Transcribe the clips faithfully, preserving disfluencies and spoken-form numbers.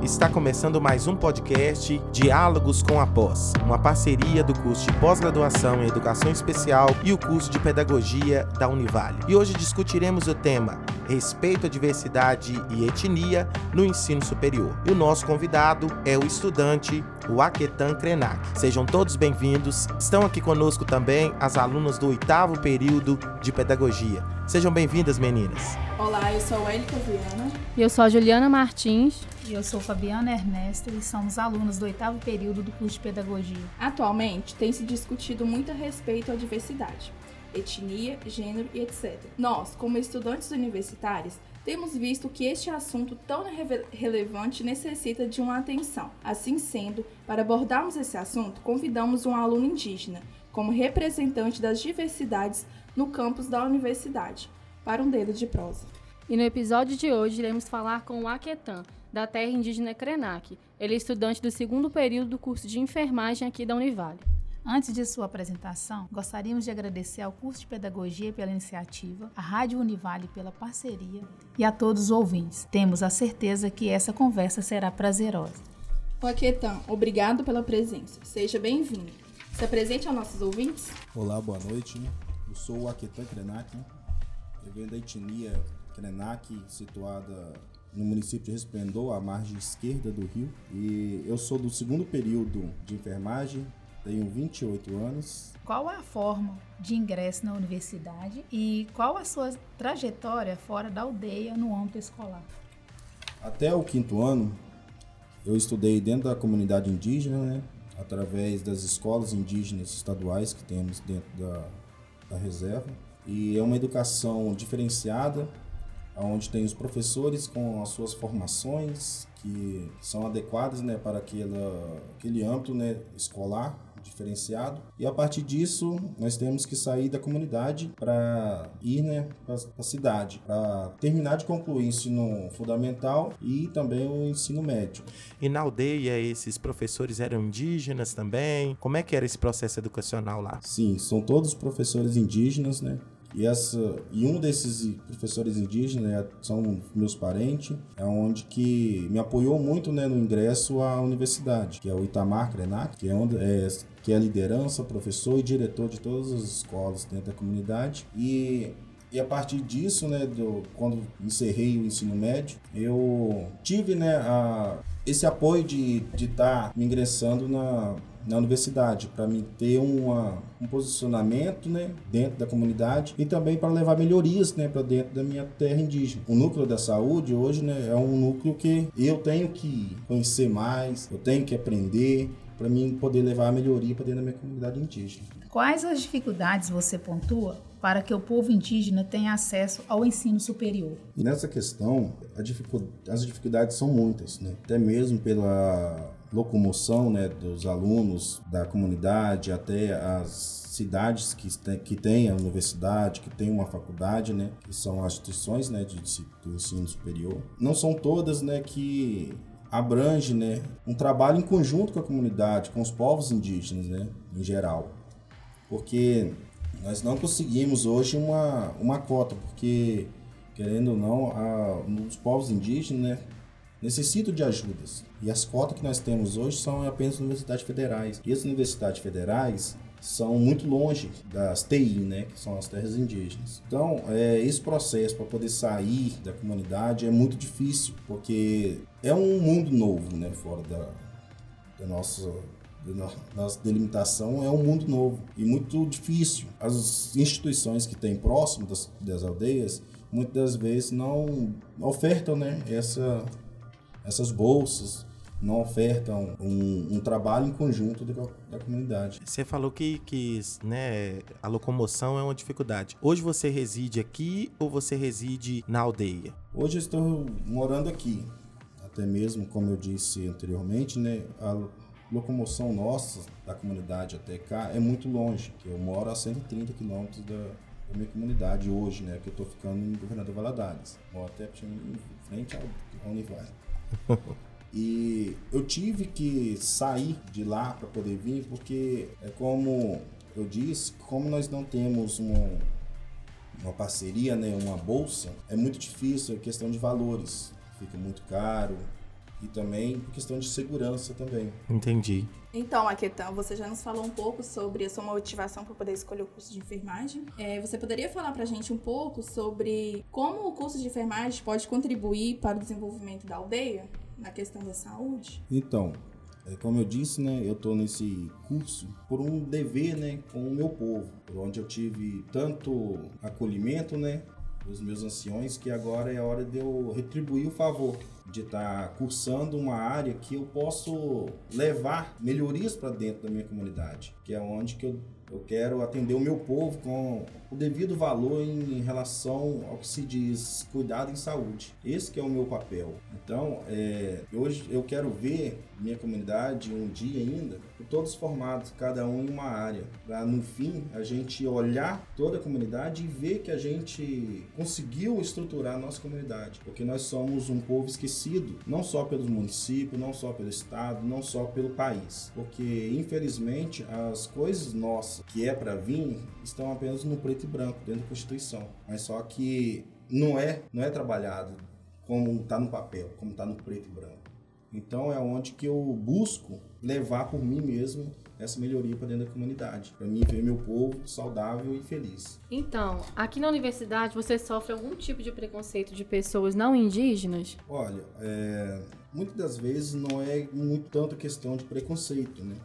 Está começando mais um podcast Diálogos com a Pós, uma parceria do curso de pós-graduação em Educação Especial e o curso de Pedagogia da Univale. E hoje discutiremos o tema Respeito à Diversidade e Etnia no Ensino Superior. E o nosso convidado é o estudante Waquetan Krenak. Sejam todos bem-vindos. Estão aqui conosco também as alunas do oitavo período de Pedagogia. Sejam bem-vindas, meninas. Olá, eu sou a Elica Viana. E eu sou a Juliana Martins. E eu sou Fabiana Ernesto e somos alunos do oitavo período do curso de Pedagogia. Atualmente, tem se discutido muito a respeito à diversidade, etnia, gênero e etcétera. Nós, como estudantes universitários, temos visto que este assunto tão rele- relevante necessita de uma atenção. Assim sendo, para abordarmos esse assunto, convidamos um aluno indígena como representante das diversidades no campus da universidade, para um dedo de prosa. E no episódio de hoje iremos falar com o Waquetan, da terra indígena Krenak. Ele é estudante do segundo período do curso de enfermagem aqui da Univale. Antes de sua apresentação, gostaríamos de agradecer ao curso de Pedagogia pela iniciativa, à Rádio Univale pela parceria e a todos os ouvintes. Temos a certeza que essa conversa será prazerosa. Waquetan, obrigado pela presença. Seja bem-vindo. Se apresente aos nossos ouvintes. Olá, boa noite. Eu sou o Waquetan Krenak. Eu venho da etnia Krenak, situada no município de Resplendor, à margem esquerda do rio. E eu sou do segundo período de enfermagem, tenho vinte e oito anos. Qual é a forma de ingresso na universidade e qual a sua trajetória fora da aldeia no âmbito escolar? Até o quinto ano, eu estudei dentro da comunidade indígena, né, através das escolas indígenas estaduais que temos dentro da, da reserva. E é uma educação diferenciada, onde tem os professores com as suas formações que são adequadas, né, para aquela, aquele âmbito, né, escolar diferenciado. E a partir disso, nós temos que sair da comunidade para ir, né, para a cidade, para terminar de concluir o ensino fundamental e também o ensino médio. E na aldeia, esses professores eram indígenas também? Como é que era esse processo educacional lá? Sim, são todos professores indígenas, né? E, essa, e um desses professores indígenas são meus parentes, é onde que me apoiou muito, né, no ingresso à universidade, que é o Itamar Krenak, que é, onde, é, que é a liderança, professor e diretor de todas as escolas dentro da comunidade. E, e a partir disso, né, do, quando encerrei o ensino médio, eu tive, né, a, esse apoio de estar tá me ingressando na... na universidade, para mim ter uma, um posicionamento, né, dentro da comunidade e também para levar melhorias, né, para dentro da minha terra indígena. O núcleo da saúde hoje, né, é um núcleo que eu tenho que conhecer mais, eu tenho que aprender para mim poder levar a melhoria para dentro da minha comunidade indígena. Quais as dificuldades você pontua para que o povo indígena tenha acesso ao ensino superior? Nessa questão, a dificu- as dificuldades são muitas, né, até mesmo pela locomoção, né, dos alunos da comunidade até as cidades que tem, que tem a universidade, que tem uma faculdade, né, que são as instituições, né, de, de, do ensino superior. Não são todas, né, que abrange, né, um trabalho em conjunto com a comunidade, com os povos indígenas, né, em geral. Porque nós não conseguimos hoje uma, uma cota, porque, querendo ou não, a, os povos indígenas, né, necessitam de ajudas. E as cotas que nós temos hoje são apenas universidades federais. E as universidades federais são muito longe das T I, né, que são as terras indígenas. Então, é, esse processo para poder sair da comunidade é muito difícil, porque é um mundo novo, né, fora da, da nossa... nossa delimitação, é um mundo novo e muito difícil. As instituições que têm próximo das, das aldeias, muitas das vezes não ofertam, né, essa, essas bolsas, não ofertam um, um trabalho em conjunto da, da comunidade. Você falou que, que né, a locomoção é uma dificuldade. Hoje você reside aqui ou você reside na aldeia? Hoje eu estou morando aqui. Até mesmo, como eu disse anteriormente, né, a locomoção nossa, da comunidade até cá, é muito longe. Eu moro a cento e trinta quilômetros da, da minha comunidade hoje, né? Que eu estou ficando em Governador Valadares. Moro até em frente ao Univale. E eu tive que sair de lá para poder vir, porque é como eu disse, como nós não temos um, uma parceria, né, uma bolsa, é muito difícil a questão de valores. Fica muito caro. e também por questão de segurança também. Entendi. Então, Aquetan, você já nos falou um pouco sobre a sua motivação para poder escolher o curso de enfermagem. É, você poderia falar para a gente um pouco sobre como o curso de enfermagem pode contribuir para o desenvolvimento da aldeia, na questão da saúde? Então, como eu disse, né, eu estou nesse curso por um dever, né, com o meu povo, por onde eu tive tanto acolhimento, né, dos meus anciões, que agora é a hora de eu retribuir o favor de estar cursando uma área que eu posso levar melhorias para dentro da minha comunidade, que é onde que eu, eu quero atender o meu povo com o devido valor em relação ao que se diz cuidado em saúde. Esse que é o meu papel. Então, é, hoje eu quero ver minha comunidade um dia ainda, todos formados, cada um em uma área, para no fim a gente olhar toda a comunidade e ver que a gente conseguiu estruturar a nossa comunidade, porque nós somos um povo esquecido, não só pelos municípios, não só pelo estado, não só pelo país, porque infelizmente as coisas nossas que é para vir estão apenas no preto e branco dentro da Constituição, mas só que não é, não é trabalhado como está no papel, como está no preto e branco. Então é onde que eu busco levar por mim mesmo essa melhoria para dentro da comunidade, para mim ver meu povo saudável e feliz. Então, aqui na universidade você sofre algum tipo de preconceito de pessoas não indígenas? Olha, é, muitas das vezes não é muito tanto questão de preconceito, né?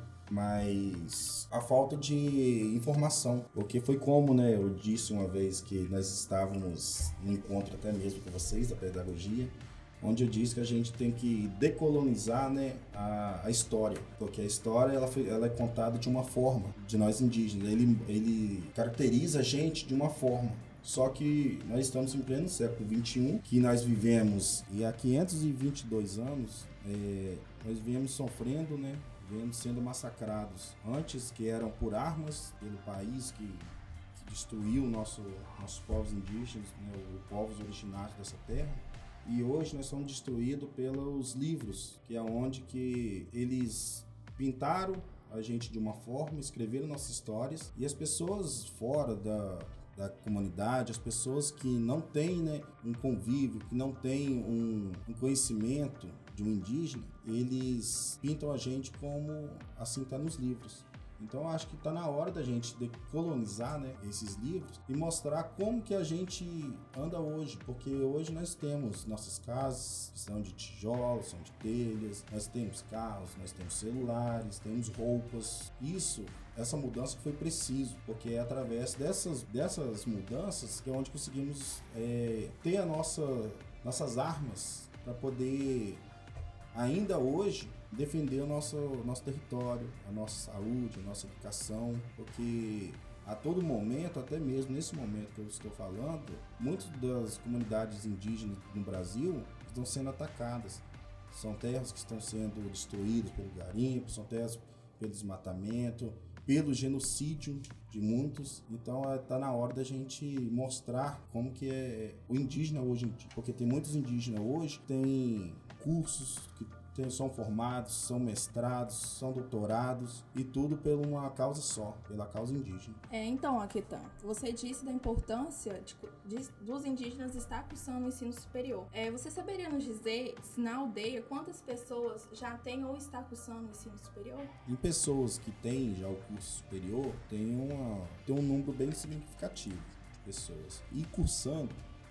Mas a falta de informação, porque foi como, né, eu disse uma vez que nós estávamos no encontro até mesmo com vocês da pedagogia, onde eu disse que a gente tem que decolonizar, né, a, a história, porque a história ela, foi, ela é contada de uma forma, de nós indígenas, ele, ele caracteriza a gente de uma forma. Só que nós estamos em pleno século vinte e um, que nós vivemos, e há quinhentos e vinte e dois anos, é, nós viemos sofrendo, né, viemos sendo massacrados. Antes que eram por armas pelo país que, que destruiu nosso, nossos povos indígenas, né, os povos originários dessa terra. E hoje nós somos destruídos pelos livros, que é onde que eles pintaram a gente de uma forma, escreveram nossas histórias, e as pessoas fora da, da comunidade, as pessoas que não têm, né, um convívio, que não têm um, um conhecimento de um indígena, eles pintam a gente como assim está nos livros. Então acho que está na hora da gente decolonizar, né, esses livros e mostrar como que a gente anda hoje, porque hoje nós temos nossas casas que são de tijolos, são de telhas, nós temos carros, nós temos celulares, temos roupas. Isso, essa mudança foi preciso, porque é através dessas, dessas mudanças que é onde conseguimos é, ter a nossa, nossas armas para poder ainda hoje defender o nosso, nosso território, a nossa saúde, a nossa educação, porque a todo momento, até mesmo nesse momento que eu estou falando, muitas das comunidades indígenas no Brasil estão sendo atacadas. São terras que estão sendo destruídas pelo garimpo, são terras pelo desmatamento, pelo genocídio de muitos. Então está na hora da gente mostrar como que é o indígena hoje em dia, porque tem muitos indígenas hoje que têm cursos que tem, são formados, são mestrados, são doutorados, e tudo por uma causa só, pela causa indígena. É, então, Aquetan, você disse da importância de, de, dos indígenas estar cursando o ensino superior. É, você saberia nos dizer se na aldeia quantas pessoas já têm ou está cursando o ensino superior? Em pessoas que têm já o curso superior, tem, uma, tem um número bem significativo de pessoas. E cursando,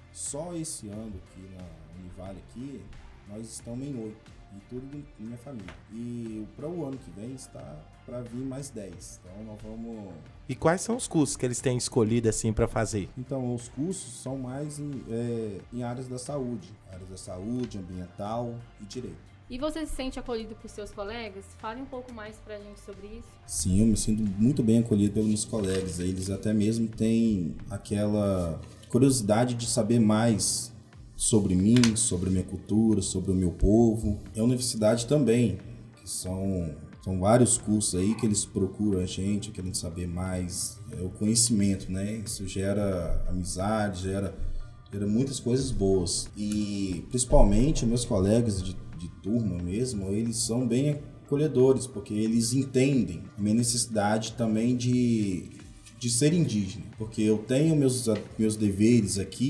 só esse ano aqui na Univale aqui, nós estamos em oito. E tudo em minha família. E para o ano que vem está para vir mais dez. Então nós vamos... E quais são os cursos que eles têm escolhido assim para fazer? Então os cursos são mais em, é, em áreas da saúde. Áreas da saúde, ambiental e direito. E você se sente acolhido por seus colegas? Fale um pouco mais pra gente sobre isso. Sim, eu me sinto muito bem acolhido pelos meus colegas. Eles até mesmo têm aquela curiosidade de saber mais sobre mim, sobre a minha cultura, sobre o meu povo. E a universidade também, que são, são vários cursos aí que eles procuram a gente, querendo saber mais, é, o conhecimento, né? Isso gera amizade, gera, gera muitas coisas boas. E principalmente meus colegas de, de turma mesmo, eles são bem acolhedores, porque eles entendem a minha necessidade também de, de ser indígena, porque eu tenho meus, meus deveres aqui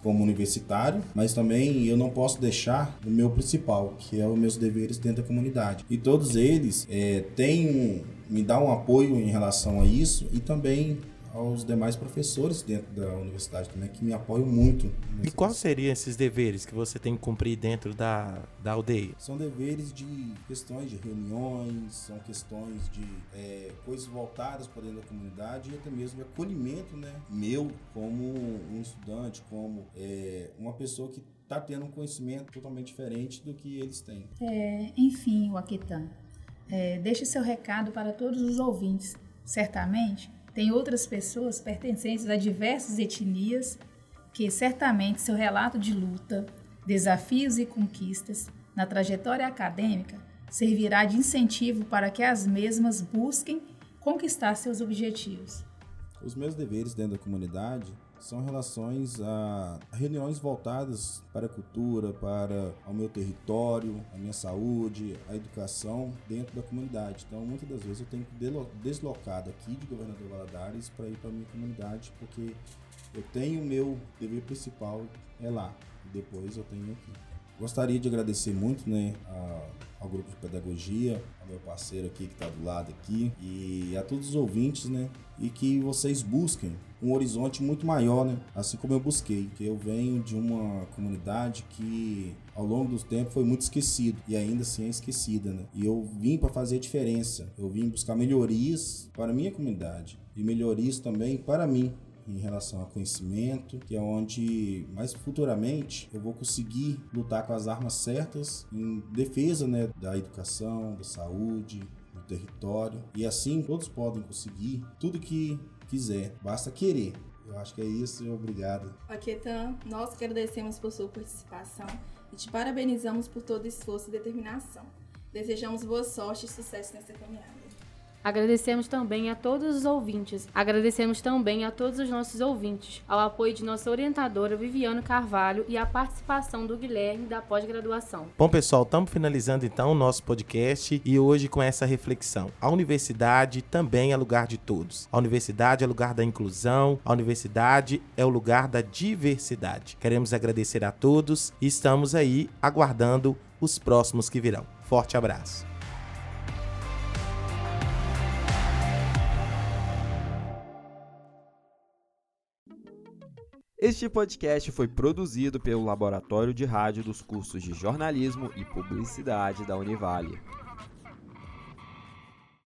como universitário, mas também eu não posso deixar o meu principal, que é os meus deveres dentro da comunidade. E todos eles é, têm um, me dão um apoio em relação a isso e também aos demais professores dentro da universidade também, que me apoiam muito. E quais seriam esses deveres que você tem que cumprir dentro da, da aldeia? São deveres de questões de reuniões, são questões de é, coisas voltadas para dentro da comunidade e até mesmo acolhimento, né, meu como um estudante, como é, uma pessoa que está tendo um conhecimento totalmente diferente do que eles têm. É, enfim, Waquetan, é, deixe seu recado para todos os ouvintes. Certamente, tem outras pessoas pertencentes a diversas etnias que certamente seu relato de luta, desafios e conquistas na trajetória acadêmica servirá de incentivo para que as mesmas busquem conquistar seus objetivos. Os meus deveres dentro da comunidade são relações a reuniões voltadas para a cultura, para o meu território, a minha saúde, a educação dentro da comunidade. Então, muitas das vezes eu tenho que deslocar daqui de Governador Valadares para ir para a minha comunidade, porque eu tenho o meu dever principal é lá, e depois eu tenho aqui. Gostaria de agradecer muito, né, a, ao grupo de pedagogia, ao meu parceiro aqui que está do lado aqui e a todos os ouvintes, né, e que vocês busquem um horizonte muito maior, né, assim como eu busquei, que eu venho de uma comunidade que ao longo do tempo foi muito esquecido e ainda assim é esquecida, né, e eu vim para fazer a diferença, eu vim buscar melhorias para a minha comunidade e melhorias também para mim, em relação ao conhecimento, que é onde mais futuramente eu vou conseguir lutar com as armas certas em defesa, né, da educação, da saúde, do território, e assim todos podem conseguir tudo que quiser, basta querer. Eu acho que é isso e obrigado. Waquetan, nós agradecemos por sua participação e te parabenizamos por todo o esforço e determinação. Desejamos boa sorte e sucesso nessa caminhada. Agradecemos também a todos os ouvintes. Agradecemos também a todos os nossos ouvintes, ao apoio de nossa orientadora Viviane Carvalho e a participação do Guilherme da pós-graduação. Bom, pessoal, estamos finalizando então o nosso podcast e hoje com essa reflexão. A universidade também é lugar de todos. A universidade é lugar da inclusão, a universidade é o lugar da diversidade. Queremos agradecer a todos e estamos aí aguardando os próximos que virão. Forte abraço. Este podcast foi produzido pelo Laboratório de Rádio dos cursos de Jornalismo e Publicidade da Univale.